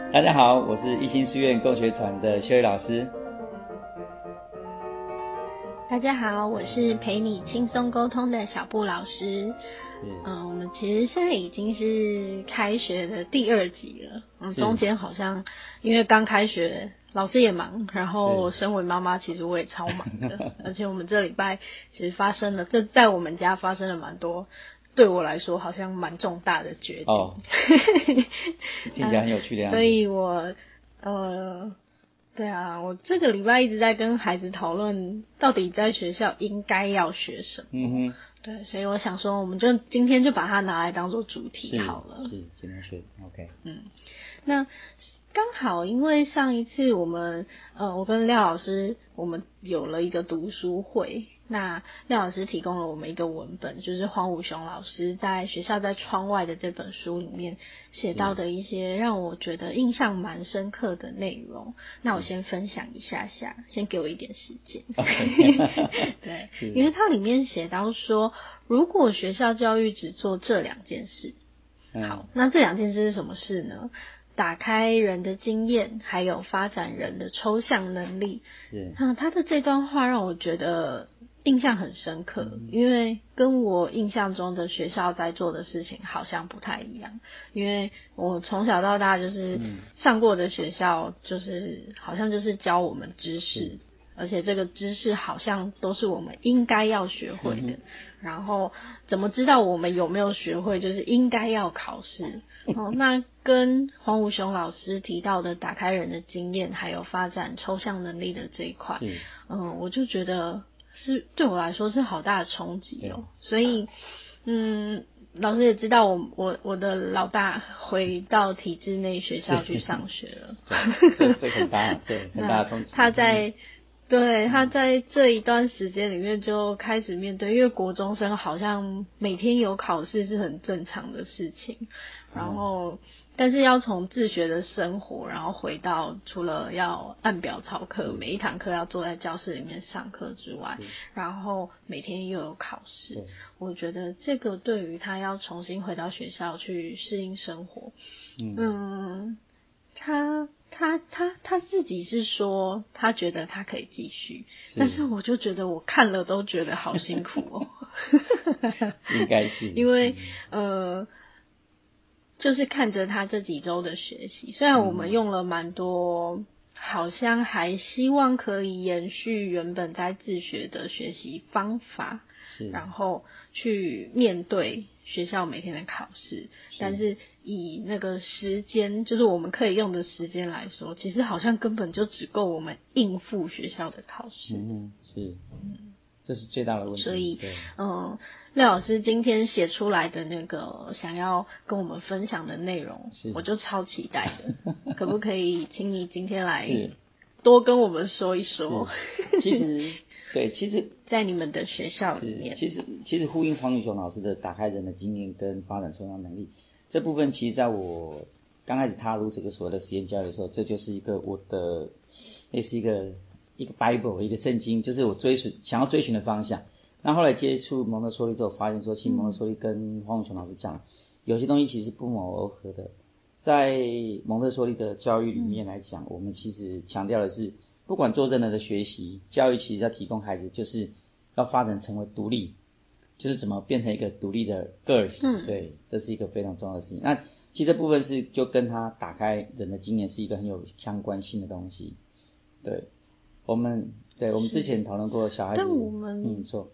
大家好，我是一心书院共学团的修宇老师。 大家好，我是陪你轻松沟通的小布老师。我们其实现在已经是开学的第2集了。中间好像因为刚开学，老师也忙，然后身为妈妈，其实我也超忙的。而且我们这礼拜其实在我们家发生了蛮多，对我来说好像蛮重大的决定。 听起来很有趣的样子。 所以我对啊，我这个礼拜一直在跟孩子讨论，到底在学校应该要学什么。对，所以我想说，我们就今天就把它拿来当做主题好了。 是，今天学 OK。 那刚好因为上一次我跟廖老师我们有了一个读书会，那廖老师提供了我们一个文本，就是黄武雄老师在学校在窗外的这本书里面写到的一些让我觉得印象蛮深刻的内容。那我先分享一下，先给我一点时间。 Okay. 对，因为它里面写到说，如果学校教育只做这2件事，好，那这2件事是什么事呢？打开人的经验，还有发展人的抽象能力。他的这段话让我觉得印象很深刻，因为跟我印象中的学校在做的事情好像不太一样。因为我从小到大就是上过的学校，就是好像就是教我们知识，而且这个知识好像都是我们应该要学会的。然后怎么知道我们有没有学会，就是应该要考试。那跟黄武雄老师提到的打开人的经验还有发展抽象能力的这一块，我就觉得是对我来说是好大的冲击哦。所以老师也知道我的老大回到体制内学校去上学了。 这很大，对，很大的冲击。 他在这一段时间里面就开始面对，因为国中生好像每天有考试是很正常的事情，然后但是要从自学的生活，然后回到除了要按表操课，每一堂课要坐在教室里面上课之外，然后每天又有考试，我觉得这个对于他要重新回到学校去适应生活，他自己是说他觉得他可以继续，但是我就觉得我看了都觉得好辛苦哦。 应该是因为就是看着他这几周的学习，虽然我们用了蛮多好像还希望可以延续原本在自学的学习方法，然后去面对学校每天的考试，但是以那个时间，就是我们可以用的时间来说，其实好像根本就只够我们应付学校的考试。 这是最大的问题。 所以廖老师今天写出来的那个想要跟我们分享的内容，我就超期待的。可不可以请你今天来多跟我们说一说？ 其实在你们的学校里面， 其实呼应黄宇雄老师的打开人的经验跟发展抽象能力这部分，其实在我刚开始踏入这个所谓的实验教育的时候，这就是一个我的类似一个 Bible 一个圣经，就是我想要追寻的方向。那后来接触蒙特梭利之后，发现说其实蒙特梭利跟黄武雄老师讲有些东西其实不谋而合的。在蒙特梭利的教育里面来讲，我们其实强调的是不管做任何的学习教育，其实要提供孩子就是要发展成为独立，就是怎么变成一个独立的个体。对，这是一个非常重要的事情。那其实这部分是就跟他打开人的经验是一个很有相关性的东西。对，我们之前讨论过小孩子， 但我们说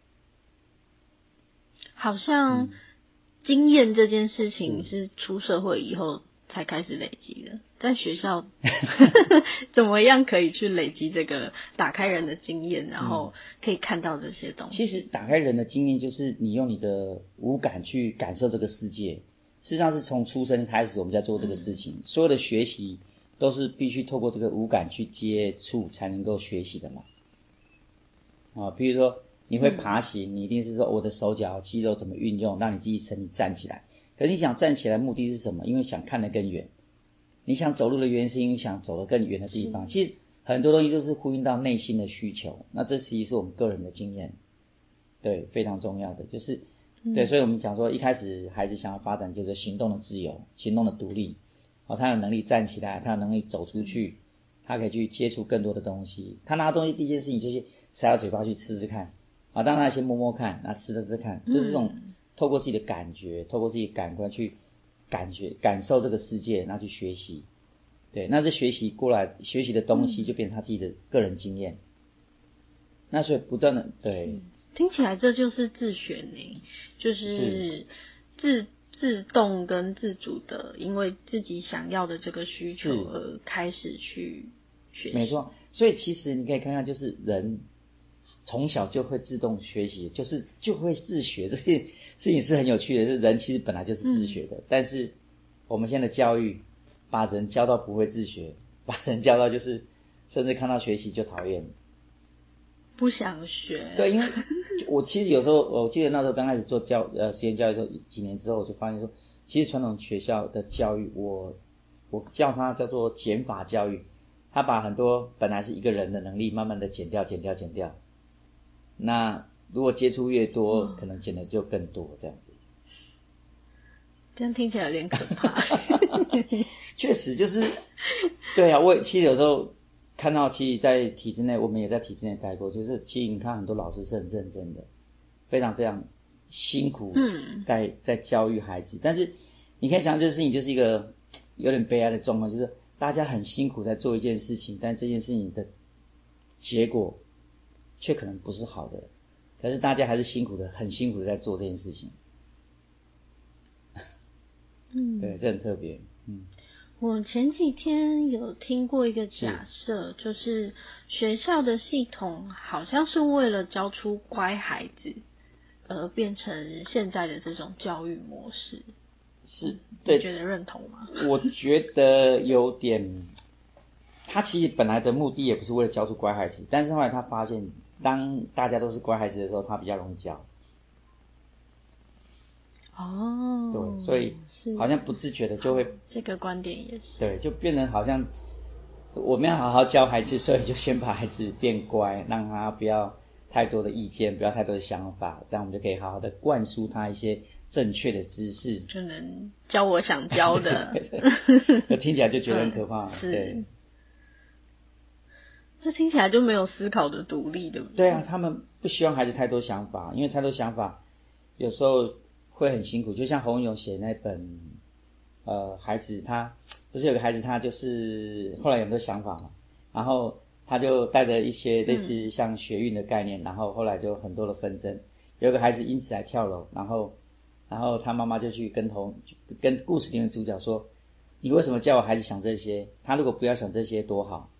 好像经验这件事情是出社会以后才开始累积的，在学校怎么样可以去累积这个打开人的经验，然后可以看到这些东西。 其实打开人的经验就是你用你的五感去感受这个世界，事实上是从出生开始我们在做这个事情，所有的学习都是必须透过这个五感去接触才能够学习的嘛。比如说你会爬行，你一定是说我的手脚肌肉怎么运用让你自己身体站起来，可是你想站起来的目的是什么？因为想看得更远。你想走路的原因是因为想走得更远的地方。其实很多东西都是呼应到内心的需求，那这其实是我们个人的经验，对，非常重要的就是对，所以我们讲说一开始孩子想要发展就是行动的自由，行动的独立。 他有能力站起来，他有能力走出去，他可以去接触更多的东西。他拿东西第一件事情就是塞到嘴巴去吃吃看，当然先摸摸看，吃看，就是这种透过自己的感觉，透过自己的感官去感受这个世界，然后去学习。对，那这学习过来学习的东西就变成他自己的个人经验。那所以不断的对， 听起来这就是自学呢，就是自动跟自主的，因为自己想要的这个需求而开始去学习。 没错，所以其实你可以看看，就是人从小就会自动学习，就会自学，这些事情是很有趣的。是人其实本来就是自学的，但是我们现在的教育把人教到不会自学，把人教到就是甚至看到学习就讨厌， 不想学。 对，因为我其实有时候我记得那时候刚开始做实验教育的时候，几年之后我就发现说，其实传统学校的教育我叫它叫做减法教育，它把很多本来是一个人的能力慢慢的减掉。那如果接触越多，可能减的就更多这样子。 这样听起来有点可怕。 确实就是，对啊，我其实有时候看到，其实在体制内，我们也在体制内待过，就是其实你看很多老师是很认真的，非常非常辛苦在教育孩子，但是你可以想象这个事情就是一个有点悲哀的状况，就是大家很辛苦在做一件事情，但这件事情的结果却可能不是好的，可是大家还是很辛苦的在做这件事情。对，这很特别。 我前几天有听过一个假设，就是学校的系统好像是为了教出乖孩子而变成现在的这种教育模式。 是，对， 你觉得认同吗？ 我觉得有点，他其实本来的目的也不是为了教出乖孩子，但是后来他发现，当大家都是乖孩子的时候，他比较容易教。对，所以好像不自觉的就会， 这个观点也是， 对，就变成好像我们要好好教孩子，所以就先把孩子变乖，让他不要太多的意见，不要太多的想法，这样我们就可以好好的灌输他一些正确的知识， 就能教我想教的。 听起来就觉得很可怕。对， 这听起来就没有思考的独立，对不对？ 对啊，他们不希望孩子太多想法，因为太多想法有时候会很辛苦。就像洪勇写那本孩子他不是有个孩子他就是后来有很多想法嘛，然后他就带着一些类似像学运的概念，然后后来就很多的纷争。有个孩子因此来跳楼，然后他妈妈就去跟故事里面的主角说，你为什么叫我孩子想这些？他如果不要想这些多好。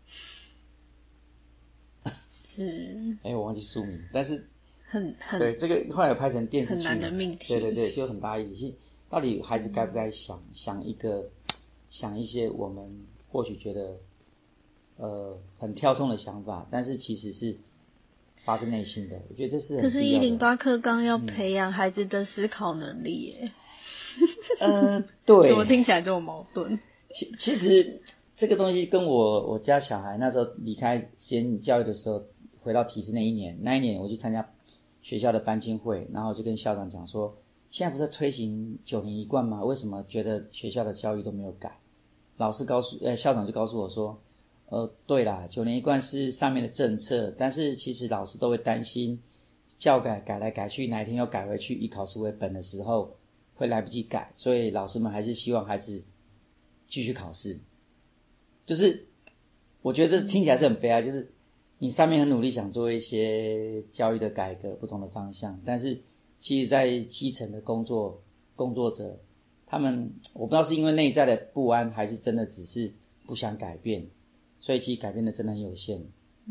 我忘记书名，但是对这个后来有拍成电视剧， 很难的命题。 对，就很大意义。到底孩子该不该想一些我们或许觉得很跳动的想法，但是其实是发自内心的。我觉得这是很必要的。 可是108课纲要培养孩子的思考能力耶。 对。 怎么听起来这么矛盾？ 其实这个东西跟我家小孩那时候离开实验教育的时候，回到体制那一年我去参加学校的班亲会，然后就跟校长讲说，现在不是在推行9年一贯吗？为什么觉得学校的教育都没有改？校长就告诉我说，对啦，9年一贯是上面的政策，但是其实老师都会担心教改来改去，哪一天要改回去以考试为本的时候会来不及改，所以老师们还是希望孩子继续考试。就是我觉得听起来是很悲哀，就是你上面很努力想做一些教育的改革，不同的方向，但是其实在基层的工作者，他们我不知道是因为内在的不安，还是真的只是不想改变，所以其实改变的真的很有限。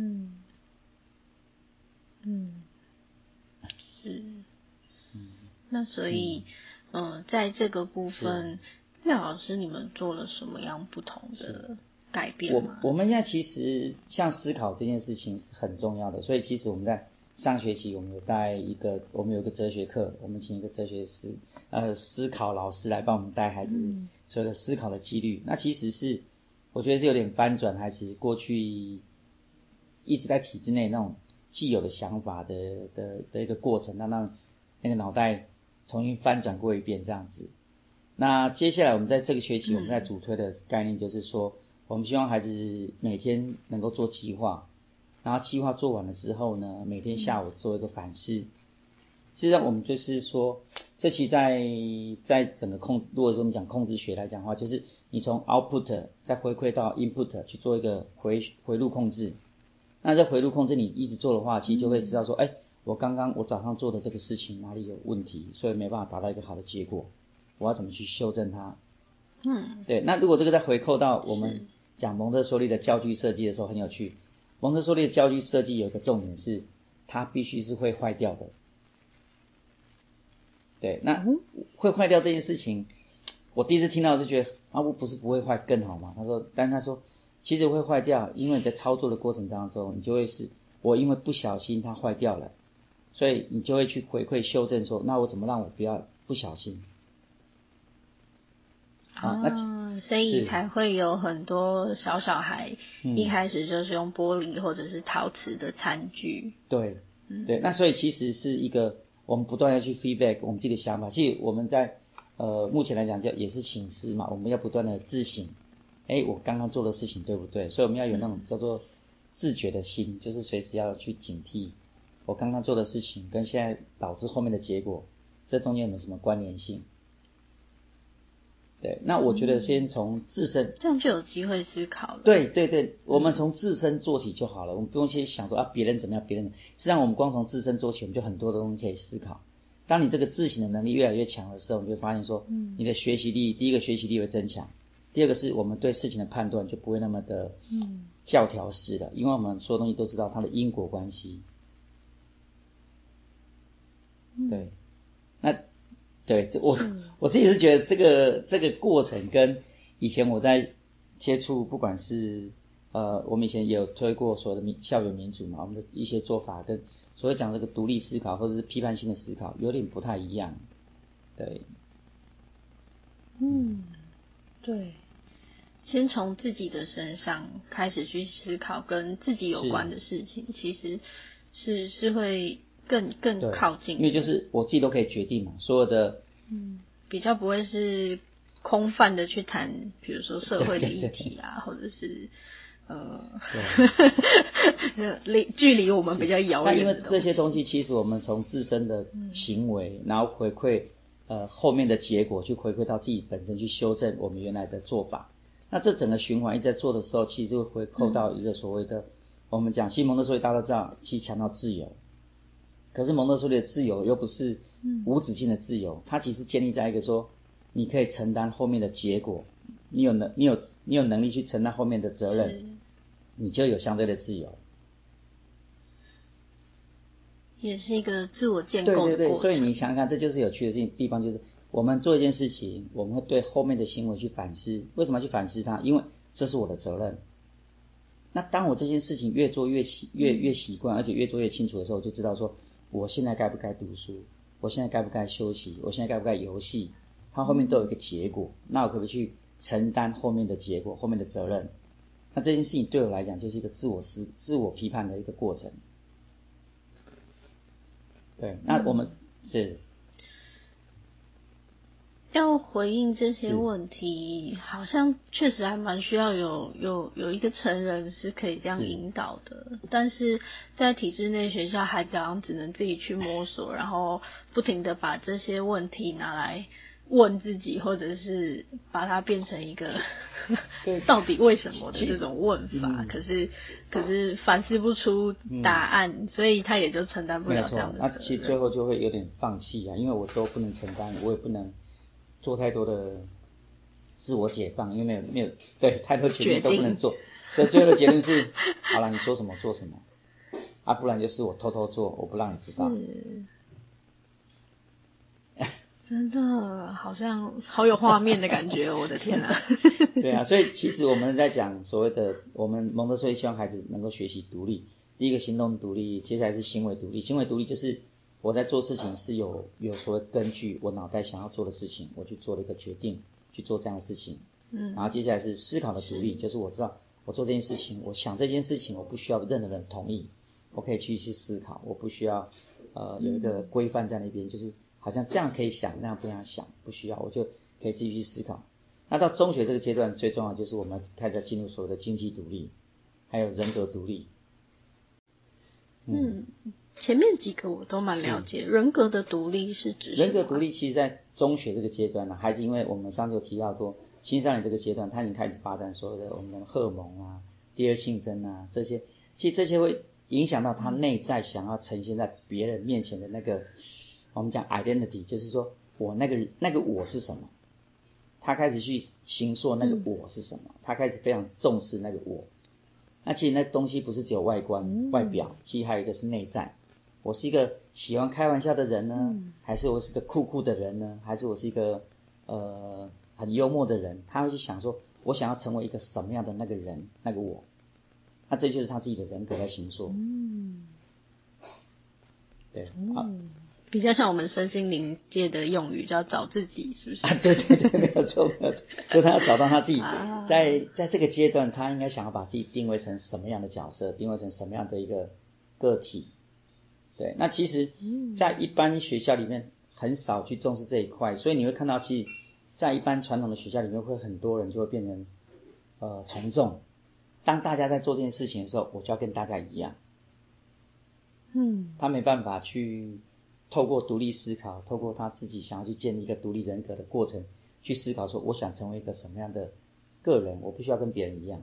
是。那所以在这个部分，廖老师你们做了什么样不同的改变吗？ 我们现在其实像思考这件事情是很重要的，所以其实我们在上学期我们有一个哲学课，我们请一个哲学师思考老师来帮我们带孩子所有的思考的纪律。那其实是我觉得是有点翻转孩子过去一直在体制内那种既有的想法的一个过程，让那个脑袋重新翻转过一遍这样子。 那接下来我们在这个学期我们在主推的概念就是说，我们希望孩子每天能够做计划，然后计划做完了之后呢，每天下午做一个反思。实际上我们就是说，这期在整个如果说我们讲控制学来讲的话，就是你从 output 再回馈到 input 去做一个回路控制。那这回路控制你一直做的话，其实就会知道说，我早上做的这个事情哪里有问题，所以没办法达到一个好的结果，我要怎么去修正它。对。那如果这个再回扣到我们讲蒙特梭利的教具设计的时候，很有趣。蒙特梭利的教具设计有一个重点是，它必须是会坏掉的。对。那会坏掉这件事情，我第一次听到就觉得我不是不会坏更好吗？但他说其实会坏掉，因为你在操作的过程当中，你就会我因为不小心它坏掉了，所以你就会去回馈修正说，那我怎么让我不要不小心。 所以才会有很多小孩一开始就是用玻璃或者是陶瓷的餐具。 对。对。那所以其实是一个我们不断要去 feedback 我们自己的想法。其实我们在目前来讲也是省思嘛，我们要不断的自省，我刚刚做的事情对不对？所以我们要有那种叫做自觉的心，就是随时要去警惕我刚刚做的事情跟现在导致后面的结果，这中间有没有什么关联性。对。那我觉得先从自身， 这样就有机会思考了。 对对对，我们从自身做起就好了，我们不用去想说别人怎么样，实际上我们光从自身做起，我们就很多的东西可以思考。当你这个自省的能力越来越强的时候，你就会发现说，你的学习力，第一个学习力会增强，第二个是我们对事情的判断就不会那么的教条式的，因为我们所有东西都知道它的因果关系。对。那对，我自己是觉得这个过程跟以前我在接触，不管是我们以前也有推过所谓的校园民主嘛，我们的一些做法跟所谓讲这个独立思考或者是批判性的思考有点不太一样。对。 对。先从自己的身上开始去思考跟自己有关的事情，其实是会更靠近的。 因为就是我自己都可以决定嘛，所有的比较不会是空泛的去谈比如说社会的议题啊，或者是距离我们比较遥远的东西。 那因为这些东西其实我们从自身的行为然后回馈后面的结果，去回馈到自己本身去修正我们原来的做法。那这整个循环一直在做的时候，其实就会回扣到一个所谓的我们讲西蒙特梭利大家都知道，其实强调自由。可是蒙特梭利的自由又不是无止境的自由，它其实建立在一个说你可以承担后面的结果，你有能力去承担后面的责任，你就有相对的自由。 也是一个自我建构的过程。 对对对，所以你想想看，这就是有趣的地方，就是我们做一件事情，我们会对后面的行为去反思。为什么要去反思它？因为这是我的责任。那当我这件事情越做越习惯，而且越做越清楚的时候，我就知道说我现在该不该读书，我现在该不该休息，我现在该不该游戏，它后面都有一个结果，那我可不可以去承担后面的结果，后面的责任？那这件事情对我来讲就是一个自我批判的一个过程。对。那我们是要回应这些问题，好像确实还蛮需要有一个成人是可以这样引导的，但是在体制内学校，孩子好像只能自己去摸索，然后不停的把这些问题拿来问自己，或者是把它变成一个到底为什么的这种问法，可是反思不出答案，所以他也就承担不了这样的责任。 那其实最后就会有点放弃啊，因为我都不能承担，我也不能做太多的自我解放，因为没有对太多决定都不能做，所以最后的结论是好了，你说什么做什么不然就是我偷偷做，我不让你知道。 真的好像好有画面的感觉我的天啊。 对啊，所以其实我们在讲所谓的我们蒙特梭利希望孩子能够学习独立，第一个行动独立，接下来是行为独立。行为独立就是我在做事情是有所谓根据我脑袋想要做的事情，我去做了一个决定去做这样的事情。然后接下来是思考的独立，就是我知道我做这件事情，我想这件事情我不需要任何人同意，我可以去思考，我不需要有一个规范在那边，就是好像这样可以想那样不想想，不需要，我就可以继续去思考。那到中学这个阶段，最重要就是我们开始进入所谓的经济独立，还有人格独立。 前面几个我都蛮了解。人格的独立是指什么？ 人格独立其实在中学这个阶段呢，孩子因为我们上次有提到过，青少年这个阶段，他已经开始发展所谓的我们的荷尔蒙啊、第二性征啊这些，其实这些会影响到他内在想要呈现在别人面前的那个，我们讲 identity， 就是说我那个我是什么，他开始去形塑那个我是什么，他开始非常重视那个我。那其实那东西不是只有外观、外表，其实还有一个是内在。我是一个喜欢开玩笑的人呢，还是我是个酷酷的人呢，还是我是一个很幽默的人？他会去想说，我想要成为一个什么样的那个人，那个我。那这就是他自己的人格在形塑。对， 比较像我们身心灵界的用语叫找自己，是不是？ 对，没有错，就是他要找到他自己，在这个阶段，他应该想要把自己定位成什么样的角色，定位成什么样的一个个体。对，那其实在一般学校里面很少去重视这一块，所以你会看到其实在一般传统的学校里面会很多人就会变成从众，当大家在做这件事情的时候，我就要跟大家一样。他没办法去透过独立思考，透过他自己想要去建立一个独立人格的过程去思考说，我想成为一个什么样的个人，我必须要跟别人一样。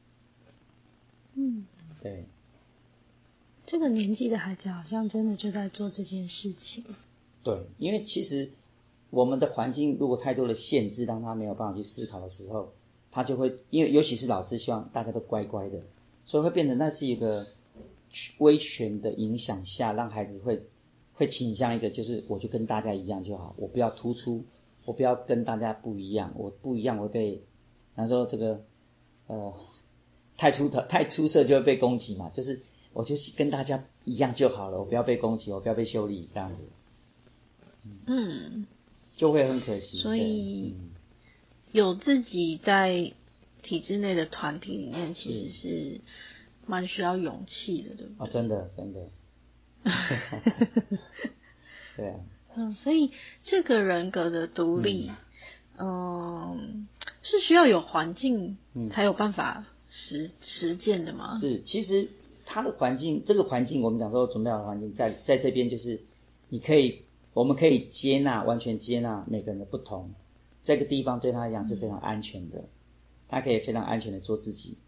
对。 这个年纪的孩子好像真的就在做这件事情。 对，因为其实我们的环境如果太多的限制，让他没有办法去思考的时候，他就会，因为尤其是老师希望大家都乖乖的，所以会变成那是一个威权的影响下，让孩子会倾向一个就是我就跟大家一样就好，我不要突出，我不要跟大家不一样，我不一样我会被，然后说这个太出色就会被攻击嘛，就是我就跟大家一样就好了，我不要被攻击，我不要被修理，这样子，就会很可惜。 所以有自己在体制内的团体里面，其实是蛮需要勇气的，对不对？ 真的。对啊。 所以这个人格的独立，是需要有环境才有办法实践的吗？ 是，其实他的环境，这个环境我们讲说准备好的环境，在这边就是我们可以完全接纳每个人的不同，这个地方对他来讲是非常安全的，他可以非常安全的做自己，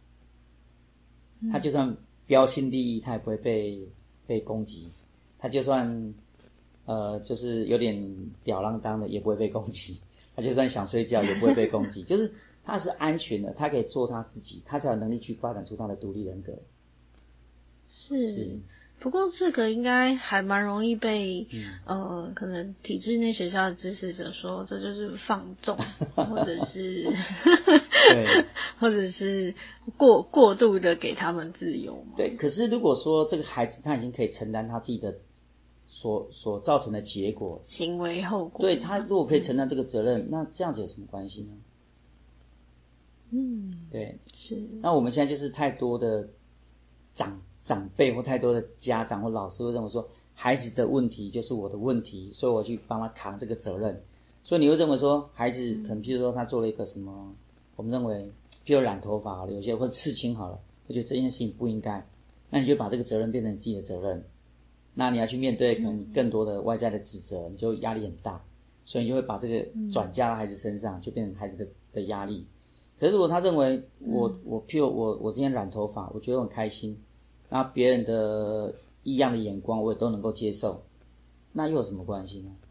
他就算标新立异，他也不会被攻击，他就算就是有点吊郎当的也不会被攻击，他就算想睡觉也不会被攻击，就是他是安全的，他可以做他自己，他才有能力去发展出他的独立人格。 是，不过这个应该还蛮容易被可能体制内学校的支持者说这就是放纵，或者是对， 或者是过度的给他们自由嘛。 对，可是如果说这个孩子他已经可以承担他自己的所造成的结果， 行为后果， 对，他如果可以承担这个责任，那这样子有什么关系呢？对， 是。 那我们现在就是太多的长辈或太多的家长或老师会认为说，孩子的问题就是我的问题，所以我去帮他扛这个责任。所以你会认为说，孩子可能譬如说他做了一个什么，我们认为譬如染头发好了，有些或者刺青好了，我觉得这件事情不应该，那你就把这个责任变成你自己的责任，那你要去面对可能更多的外在的指责，你就压力很大，所以你就会把这个转嫁到孩子身上，就变成孩子的压力。可是如果他认为譬如我今天染头发，我觉得很开心，那别人的异样的眼光我也都能够接受，那又有什么关系呢？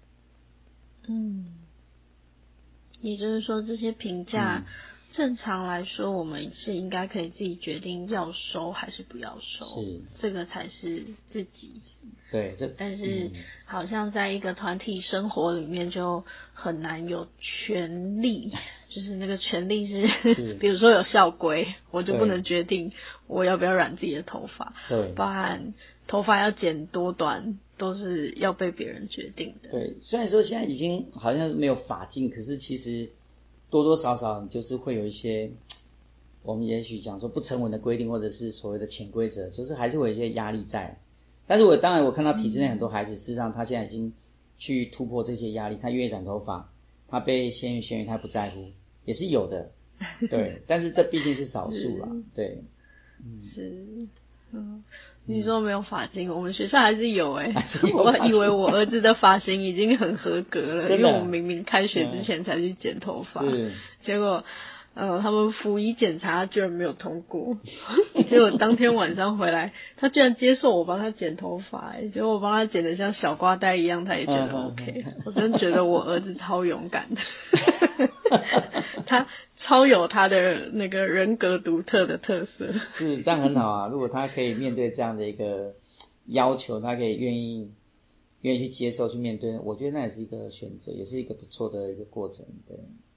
也就是说这些评价正常来说我们是应该可以自己决定要收还是不要收，是这个才是自己。 对， 但是好像在一个团体生活里面就很难有权利，就是那个权利是比如说有校规，我就不能决定我要不要染自己的头发，对，包含头发要剪多短都是要被别人决定的。 对，虽然说现在已经好像没有法禁，可是其实多多少少就是会有一些我们也许讲说不成文的规定，或者是所谓的潜规则，就是还是会有一些压力在。但是当然我看到体制内很多孩子，事实上他现在已经去突破这些压力，他愿意染头发， 他被限于他不在乎，也是有的，对，但是这毕竟是少数啦，对， 是，你说没有发型，我们学校还是有有我以为我儿子的发型已经很合格了，因为我明明开学之前才去剪头发，结果他们辅仪检查居然没有通过，结果当天晚上回来，他居然接受我帮他剪头发，结果我帮他剪得像小瓜呆一样，他也觉得 OK，我真觉得我儿子超勇敢的，他超有他的那个人格独特的特色。 是这样很好啊，如果他可以面对这样的一个要求，他可以愿意去接受去面对，我觉得那也是一个选择，也是一个不错的一个过程，对。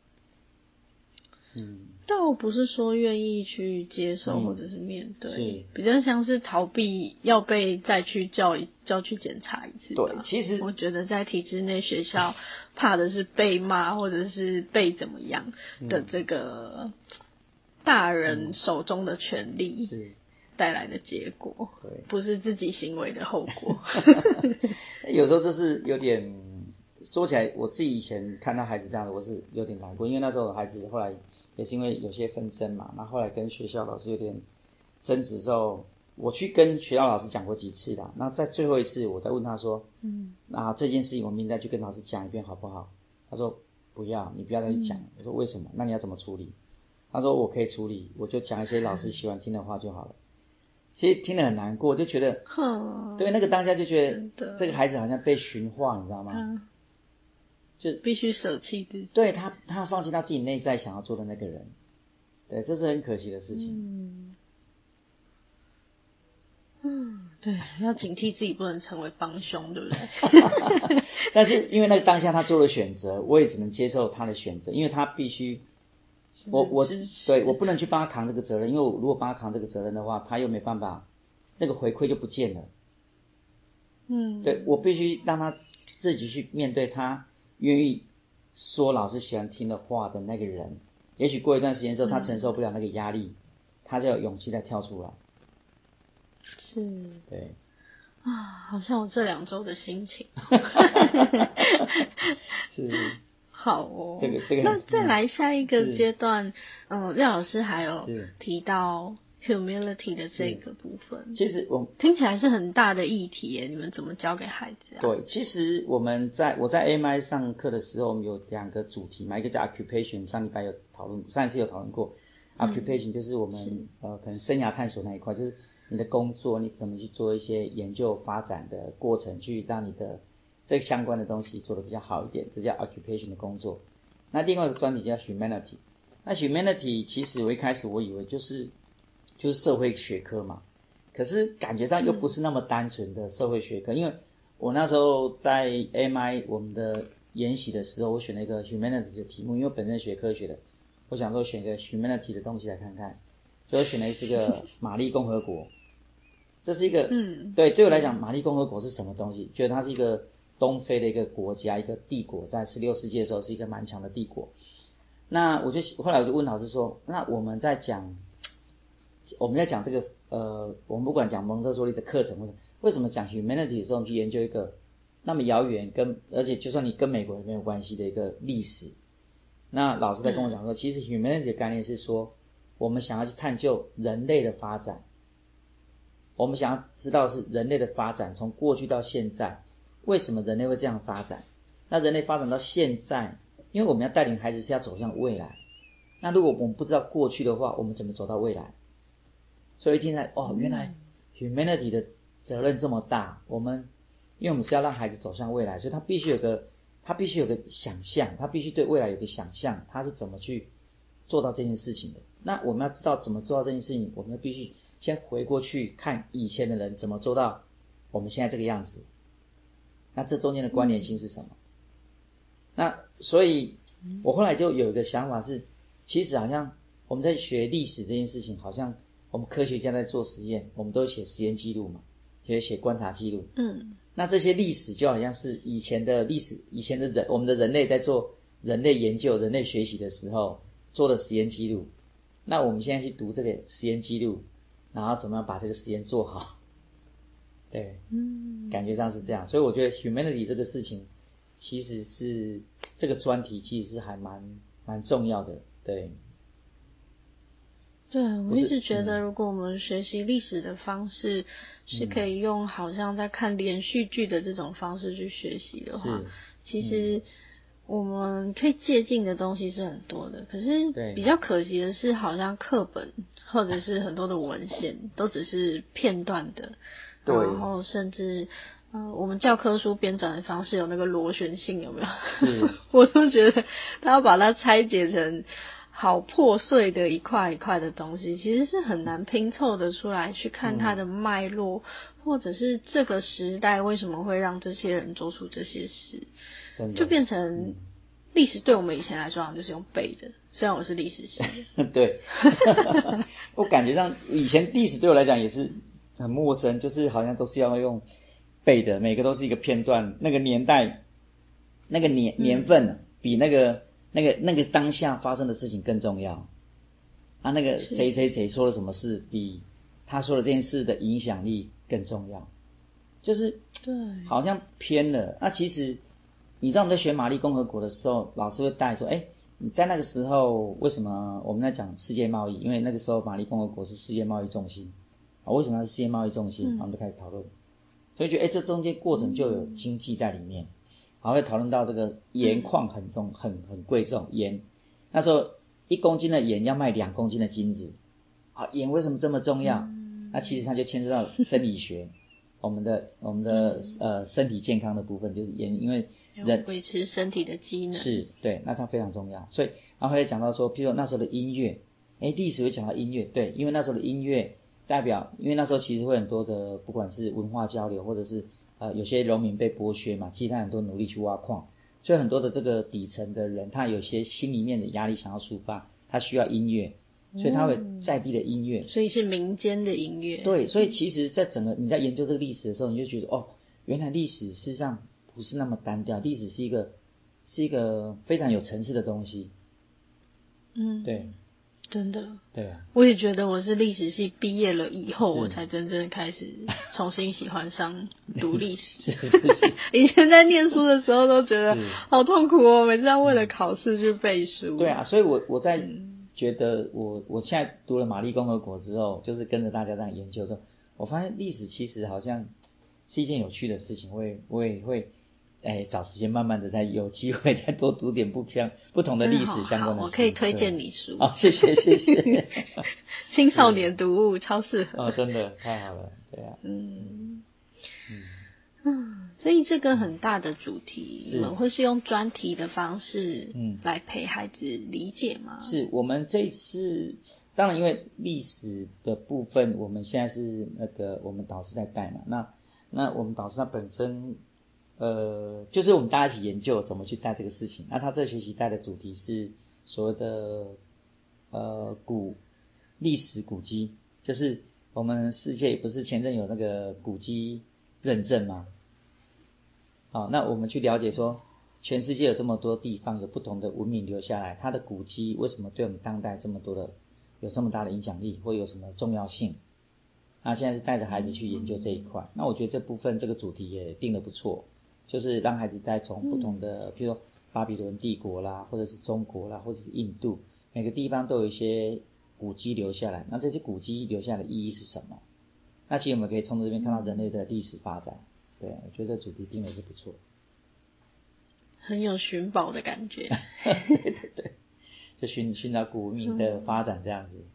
倒不是说愿意去接受或者是面对，比较像是逃避要被再去叫去检查一次。 对，其实我觉得在体制内学校怕的是被骂或者是被怎么样的这个大人手中的权利带来的结果，不是自己行为的后果。 有时候这是有点说起来，我自己以前看到孩子这样的，我是有点难过，因为那时候孩子后来也是因为有些纷争嘛，那后来跟学校老师有点争执之后，我去跟学校老师讲过几次啦，那在最后一次我再问他说，那这件事情我明天再去跟老师讲一遍好不好？他说不要，你不要再去讲。我说为什么？那你要怎么处理？他说我可以处理，我就讲一些老师喜欢听的话就好了。其实听得很难过，就觉得，对，那个当下就觉得这个孩子好像被驯化，你知道吗？就必须舍弃自己， 对他放弃他自己内在想要做的那个人，对，这是很可惜的事情。 对，要警惕自己不能成为帮凶，对不对？ 但是因为那个当下他做了选择，我也只能接受他的选择，因为他必须，对，我不能去帮他扛这个责任，因为我如果帮他扛这个责任的话，他又没办法，那个回馈就不见了。对，我必须让他自己去面对他愿意说老师喜欢听的话的那个人，也许过一段时间之后他承受不了那个压力，他就有勇气再跳出来。 是， 对好像我这2周的心情。 是， 好哦， 这个那再来下一个阶段，廖老师还有提到humility 的这个部分， 其实听起来是很大的议题耶，你们怎么教给孩子啊？ 对，其实我在 AMI 上课的时候，我们有2个主题嘛，一个叫 occupation， 上一次有讨论过，occupation 就是我们可能生涯探索那一块，就是你的工作，你怎么去做一些研究发展的过程，去让你的这个相关的东西做得比较好一点，这叫 occupation 的工作。那另外一个专题叫 humanity， 那 humanity 其实我一开始我以为就是社会学科嘛，可是感觉上又不是那么单纯的社会学科，因为我那时候在 AMI 我们的研习的时候，我选了一个 humanity 的题目，因为我本身学科学的，我想说选一个 humanity 的东西来看看，所以我选的是个马利共和国。这是一个对我来讲，马利共和国是什么东西？觉得它是一个东非的一个国家，一个帝国，在16世纪的时候是一个蛮强的帝国。那后来我就问老师说，那我们在讲这个我们不管讲蒙特梭利的课程，为什么讲 humanity 的时候，我们去研究一个那么遥远而且就算你跟美国也没有关系的一个历史。那老师在跟我讲说，其实 humanity 的概念是说，我们想要去探究人类的发展，我们想要知道是人类的发展从过去到现在，为什么人类会这样发展？那人类发展到现在，因为我们要带领孩子是要走向未来，那如果我们不知道过去的话，我们怎么走到未来？所以听起来原来 humanity 的责任这么大，因为我们是要让孩子走向未来，所以他必须有个想象，他必须对未来有个想象，他是怎么去做到这件事情的。那我们要知道怎么做到这件事情，我们必须先回过去看以前的人怎么做到我们现在这个样子，那这中间的关联性是什么？那所以我后来就有一个想法是，其实好像我们在学历史这件事情，好像我们科学家在做实验，我们都写实验记录嘛，也写观察记录。那这些历史就好像是以前的历史，以前的我们的人类在做人类研究、人类学习的时候做的实验记录。那我们现在去读这个实验记录，然后怎么样把这个实验做好？感觉上是这样。所以我觉得 humanity 这个事情，其实是这个专题其实是还蛮重要的，对。 对，我一直觉得如果我们学习历史的方式是可以用好像在看连续剧的这种方式去学习的话，其实我们可以借鉴的东西是很多的，可是比较可惜的是好像课本或者是很多的文献都只是片段的，然后甚至我们教科书编纂的方式有那个螺旋性，有没有？ 是我都觉得他要把它拆解成好破碎的一块一块的东西，其实是很难拼凑的出来去看它的脉络，或者是这个时代为什么会让这些人做出这些事，就变成历史对我们以前来说好像就是用背的，虽然我是历史系的对我感觉上以前历史对我来讲也是很陌生，就是好像都是要用背的，每个都是一个片段，那个年代那个年份比那个当下发生的事情更重要啊，那个谁说了什么事比他说的这件事的影响力更重要，就是对好像偏了。那其实你知道我们在学玛丽共和国的时候，老师会带说你在那个时候为什么我们在讲世界贸易，因为那个时候玛丽共和国是世界贸易中心为什么它是世界贸易中心，我们就开始讨论，所以觉得这中间过程就有经济在里面，然后会讨论到这个盐矿很贵重，盐那时候1公斤的盐要卖2公斤的金子盐为什么这么重要？那其实它就牵涉到生理学我们的身体健康的部分，就是盐，因为人维持身体的机能， 是对，那它非常重要。所以然后会讲到说，譬如说那时候的音乐，历史会讲到音乐，对，因为那时候的音乐代表，因为那时候其实会很多的不管是文化交流，或者是有些农民被剥削嘛，其实他很多努力去挖矿，所以很多的这个底层的人，他有些心里面的压力想要抒发，他需要音乐，所以他会在地的音乐， 所以是民间的音乐。 对，所以其实在整个你在研究这个历史的时候，你就觉得原来历史事实上不是那么单调，历史是一个非常有层次的东西。对， 真的， 对啊， 我也觉得我是历史系毕业了以后，我才真正开始重新喜欢上读历史。 是以前在念书的时候都觉得好痛苦哦，每次要为了考试去背书。 对啊，所以我在觉得我现在读了玛丽共和国之后，就是跟着大家这样研究之后，我发现历史其实好像是一件有趣的事情，我也会找时间慢慢的再有机会再多读点不同的历史相关的书。 我可以推荐你书。 谢谢青少年读物超适合。 真的太好了，对啊。 所以这个很大的主题，你们会是用专题的方式来陪孩子理解吗？ 是，我们这一次当然因为历史的部分我们现在是我们导师在带嘛，那我们导师他本身就是我们大家一起研究怎么去带这个事情，那他这学期带的主题是所谓的历史古迹，就是我们世界不是前阵有那个古迹认证吗？那我们去了解说全世界有这么多地方有不同的文明留下来，它的古迹为什么对我们当代有这么大的影响力，或有什么重要性，那现在是带着孩子去研究这一块，那我觉得这部分这个主题也定得不错，就是让孩子再从不同的譬如说巴比伦帝国啦，或者是中国啦，或者是印度，每个地方都有一些古迹留下来，那这些古迹留下来的意义是什么，那其实我们可以从这边看到人类的历史发展，对，我觉得这主题定的是不错， 很有寻宝的感觉。 对，就寻找古文明的发展这样子。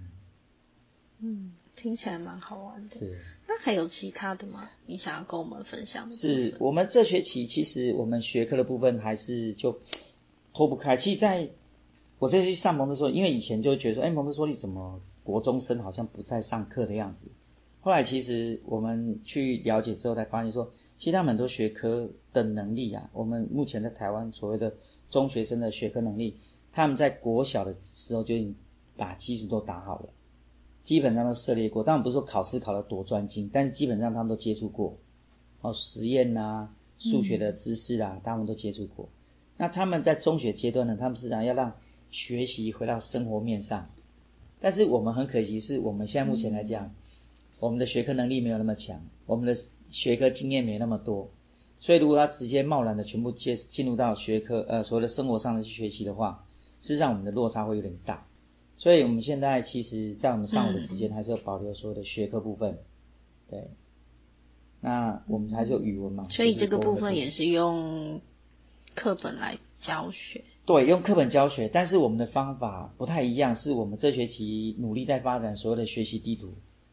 听起来蛮好玩的。 是。 那还有其他的吗？你想要跟我们分享的？ 是，我们这学期其实我们学科的部分还是就脱不开。其实在我这次上蒙特梭利，因为以前就觉得说蒙特梭利怎么国中生好像不在上课的样子，后来其实我们去了解之后才发现说，其实他们很多学科的能力我们目前在台湾所谓的中学生的学科能力，他们在国小的时候就已经把基础都打好了，基本上都涉猎过，当然不是说考试考得多专精，但是基本上他们都接触过实验数学的知识他们都接触过。那他们在中学阶段呢，他们是要让学习回到生活面上，但是我们很可惜是我们现在目前来讲，我们的学科能力没有那么强，我们的学科经验没那么多， 所以如果他直接贸然的全部进入到学科所谓的生活上的去学习的话，事实上我们的落差会有点大。所以我们现在其实在我们上午的时间还是要保留所有的学科部分。对，那我们还是有语文嘛， 所以这个部分也是用课本来教学。 对，用课本教学，但是我们的方法不太一样，是我们这学期努力在发展所谓的学习地图。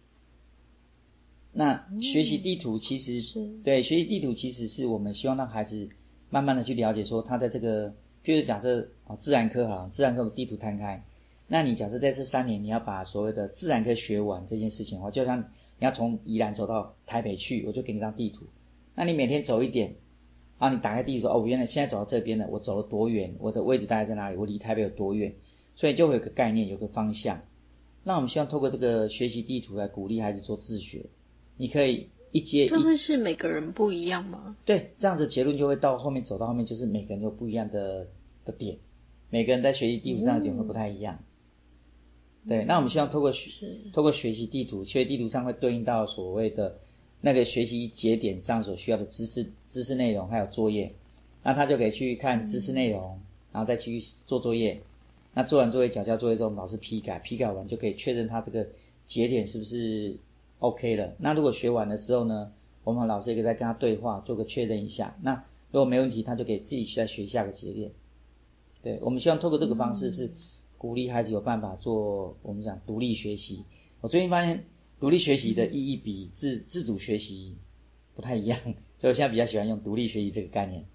那学习地图其实对，学习地图其实是我们希望让孩子慢慢的去了解说他在这个，譬如假设自然科自然科地图摊开，那你假设在这3年你要把所谓的自然科学完这件事情的话，就像你要从宜兰走到台北去，我就给你张地图，那你每天走一点，你打开地图说我原来现在走到这边了，我走了多远，我的位置大概在哪里，我离台北有多远，所以就会有个概念，有个方向。那我们希望透过这个学习地图来鼓励孩子做自学。你可以这会是每个人不一样吗？ 对，这样子结论就会到后面走到后面，就是每个人有不一样的点，每个人在学习地图上的点会不太一样。对，那我们希望透过学习地图，学习地图上会对应到所谓的那个学习节点上所需要的知识内容还有作业，那他就可以去看知识内容，然后再去做作业。那做完作业缴交作业之后，老师批改完就可以确认他这个节点是不是OK 了。那如果学完的时候呢，我们老师也可以再跟他对话，做个确认一下。那如果没问题，他就可以自己再学下个节点。对，我们希望透过这个方式是鼓励孩子有办法做我们讲独立学习。我最近发现独立学习的意义比自主学习不太一样，所以我现在比较喜欢用独立学习这个概念。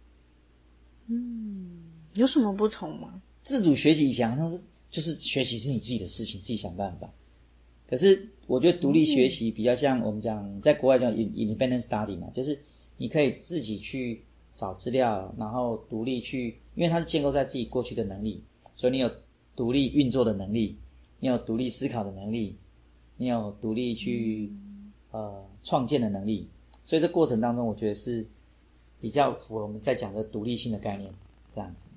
有什么不同吗？ 自主学习以前好像是就是学习是你自己的事情，自己想办法。可是我觉得独立学习比较像我们讲在国外叫 independent study 嘛，就是你可以自己去找资料，然后独立去，因为它是建构在自己过去的能力，所以你有独立运作的能力，你有独立思考的能力，你有独立去创建的能力，所以这过程当中我觉得是比较符合我们在讲的独立性的概念，这样子。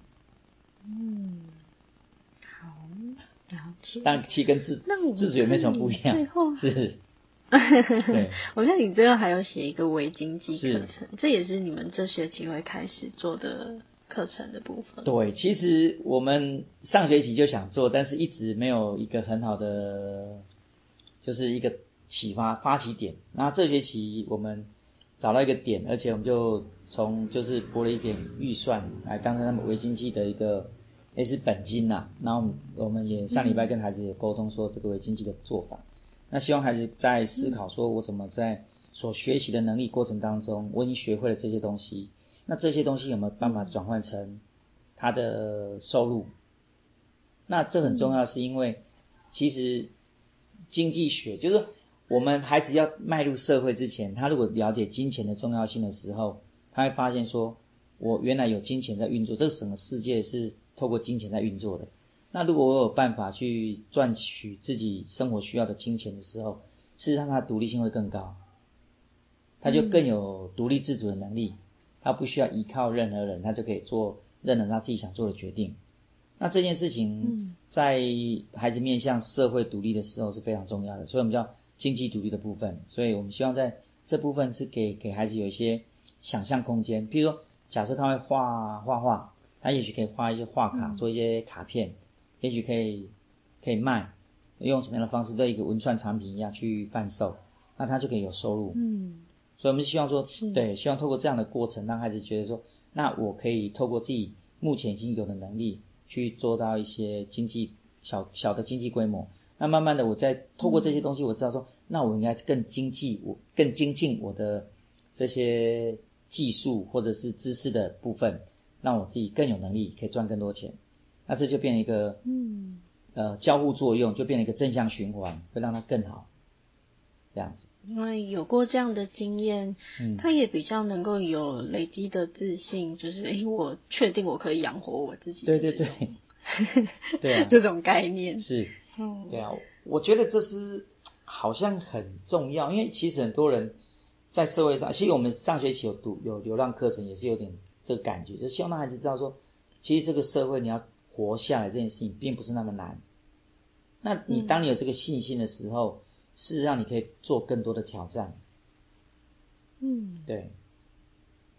好，了解。 但其实跟自主有没有什么不一样？是。对， 我看你最后还有写一个微经济课程，这也是你们这学期会开始做的课程的部分。 对，其实我们上学期就想做，但是一直没有一个很好的，就是一个发起点。那这学期我们找到一个点，而且我们就就是拨了一点预算来当成他们微经济的一个也是本金呐。然后我们也上礼拜跟孩子也沟通说这个微经济的做法。那希望孩子在思考说我怎么在所学习的能力过程当中，我已经学会了这些东西，那这些东西有没有办法转换成他的收入？那这很重要，是因为其实经济学就是我们孩子要迈入社会之前，他如果了解金钱的重要性的时候，他会发现说我原来有金钱在运作，这个整个世界是透过金钱在运作的。那如果我有办法去赚取自己生活需要的金钱的时候，事实上他的独立性会更高，他就更有独立自主的能力，他不需要依靠任何人，他就可以做任何他自己想做的决定。那这件事情在孩子面向社会独立的时候是非常重要的，所以我们叫经济独立的部分。所以我们希望在这部分是给孩子有一些想象空间，比如说假设他会画画，他也许可以画一些画卡，做一些卡片，也许可以卖，用什么样的方式对一个文创产品一样去贩售，那他就可以有收入。所以我们希望说，对，希望透过这样的过程让孩子觉得说，那我可以透过自己目前已经有的能力去做到一些经济小的经济规模。那慢慢的我再透过这些东西，我知道说，那我应该更精进我的这些技术或者是知识的部分，让我自己更有能力可以赚更多钱。那这就变成一个交互作用，就变成一个正向循环，会让它更好，这样子。 因为有过这样的经验，他也比较能够有累积的自信，就是我确定我可以养活我自己。 对对啊， 这种概念是，对啊，我觉得这是好像很重要，因为其实很多人在社会上，其实我们上学期有流浪课程，也是有点这个感觉，就希望让孩子知道说，其实这个社会你要活下来这件事情并不是那么难。那你当你有这个信心的时候，事实上你可以做更多的挑战。对。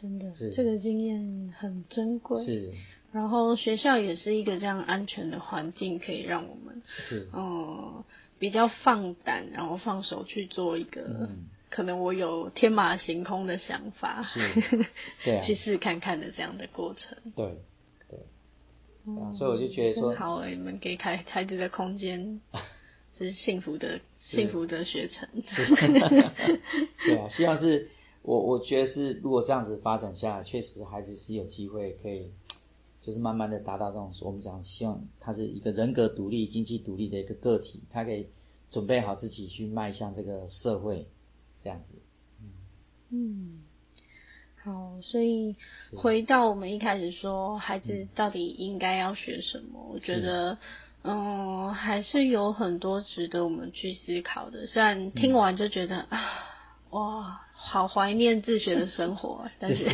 真的， 是这个经验很珍贵。 是， 然后学校也是一个这样安全的环境，可以让我们是， 比较放胆，然后放手去做一个，可能我有天马行空的想法， 是，对啊， 去试看看的这样的过程。 对，所以我就觉得说， 真好你们给孩子的空间是幸福的学程。 是，对啊，希望是我觉得是，如果这样子发展下来，确实孩子是有机会可以，就是慢慢的达到这种我们讲，希望他是一个人格独立、经济独立的一个个体，他可以准备好自己去迈向这个社会，这样子。 好，所以回到我们一开始说，孩子到底应该要学什么？我觉得，还是有很多值得我们去思考的。虽然听完就觉得哇，好怀念自学的生活，但是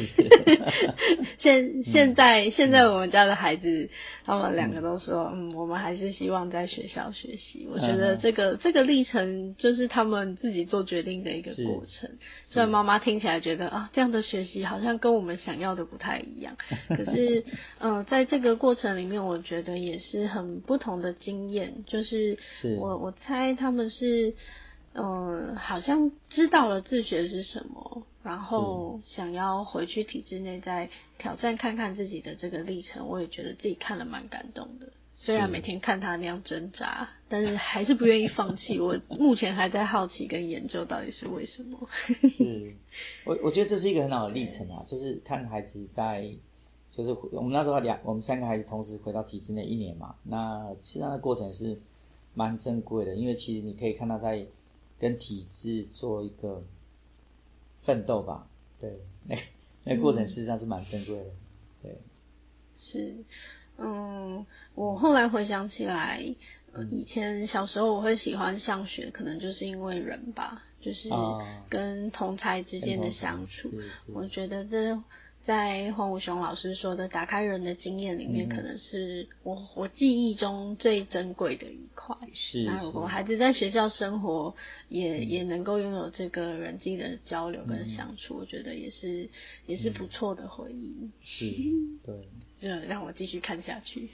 现在我们家的孩子，他们两个都说，我们还是希望在学校学习。我觉得这个历程就是他们自己做决定的一个过程。虽然妈妈听起来觉得这样的学习好像跟我们想要的不太一样，可是在这个过程里面，我觉得也是很不同的经验。就是我猜他们是。好像知道了自学是什么，然后想要回去体制内再挑战看看自己的这个历程，我也觉得自己看了蛮感动的。虽然每天看他那样挣扎，但是还是不愿意放弃。我目前还在好奇跟研究到底是为什么。 是，我觉得这是一个很好的历程啊，就是看孩子在，就是我们那时候我们3个孩子同时回到体制内1年嘛，那实际上的过程是蛮珍贵的，因为其实你可以看到在跟体制做一个奋斗吧，对，那个过程事实上是蛮珍贵的，对。 是，我后来回想起来，以前小时候我会喜欢上学，可能就是因为人吧，就是跟同侪之间的相处，我觉得这在黄武雄老师说的打开人的经验里面，可能是我记忆中最珍贵的一块。那如果孩子在学校生活，也能够拥有这个人际的交流跟相处，我觉得也是不错的回忆。 是，对， 就让我继续看下去。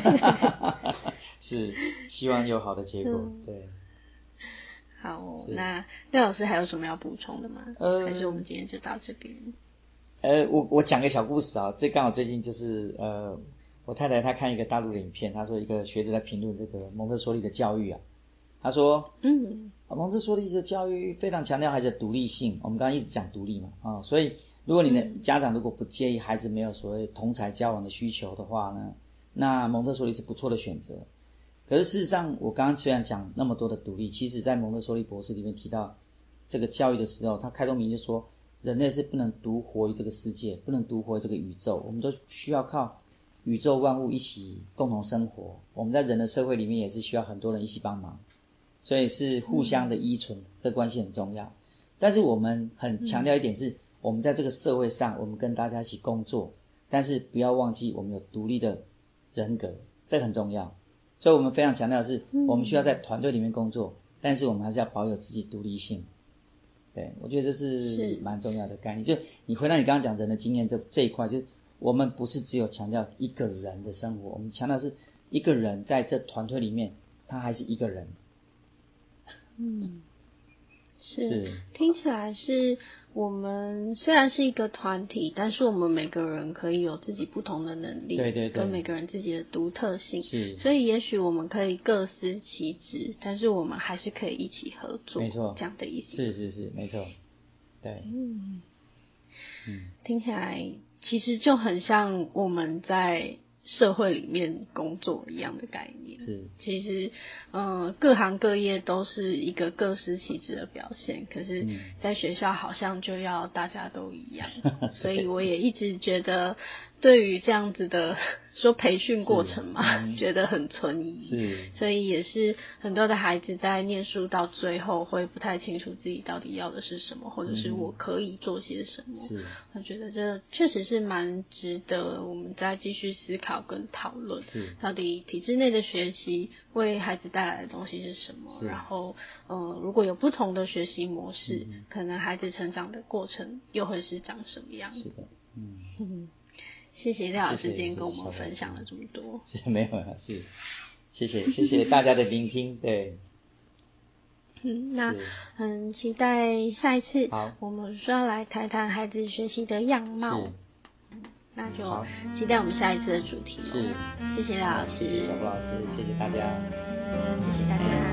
是，希望有好的结果，对。 好，那廖老师还有什么要补充的吗？还是我们今天就到这边？ 我讲个小故事啊，这刚好最近就是我太太她看一个大陆的影片，她说一个学者在评论这个蒙特梭利的教育啊，她说蒙特梭利的教育非常强调孩子的独立性，我们刚刚一直讲独立嘛所以如果你的家长如果不介意孩子没有所谓同侪交往的需求的话呢，那蒙特梭利是不错的选择。可是事实上我刚刚虽然讲那么多的独立，其实在蒙特梭利博士里面提到这个教育的时候，他开宗明义就说人类是不能独活于这个世界，不能独活于这个宇宙，我们都需要靠宇宙万物一起共同生活，我们在人的社会里面也是需要很多人一起帮忙，所以是互相的依存，这关系很重要。但是我们很强调一点是，我们在这个社会上我们跟大家一起工作，但是不要忘记我们有独立的人格，这很重要。所以我们非常强调的是我们需要在团队里面工作，但是我们还是要保有自己独立性。对，我觉得这是蛮重要的概念。就你回到你刚刚讲人的经验这一块，就是我们不是只有强调一个人的生活，我们强调是一个人在这团队里面他还是一个人。 是，听起来是我们虽然是一个团体，但是我们每个人可以有自己不同的能力，对，跟每个人自己的独特性，是，所以也许我们可以各司其职，但是我们还是可以一起合作，没错，这样的意思。 是，没错，对， 听起来其实就很像我们在社会里面工作一样的概念。是，其实各行各业都是一个各司其职的表现，可是在学校好像就要大家都一样。所以我也一直觉得对于这样子的说培训过程嘛，觉得很存疑。是，所以也是很多的孩子在念书到最后会不太清楚自己到底要的是什么，或者是我可以做些什么。是，我觉得这确实是蛮值得我们再继续思考跟讨论。是，到底体制内的学习为孩子带来的东西是什么？然后如果有不同的学习模式，可能孩子成长的过程又会是长什么样子？是的。 谢谢廖老师今天跟我们分享了这么多。 是没有了，是谢谢大家的聆听，对。 那很期待下一次好， 我们需要来谈谈孩子学习的样貌。那就期待我们下一次的主题。 是， 谢谢廖老师， 谢谢小布老师，谢谢大家， 谢谢大家。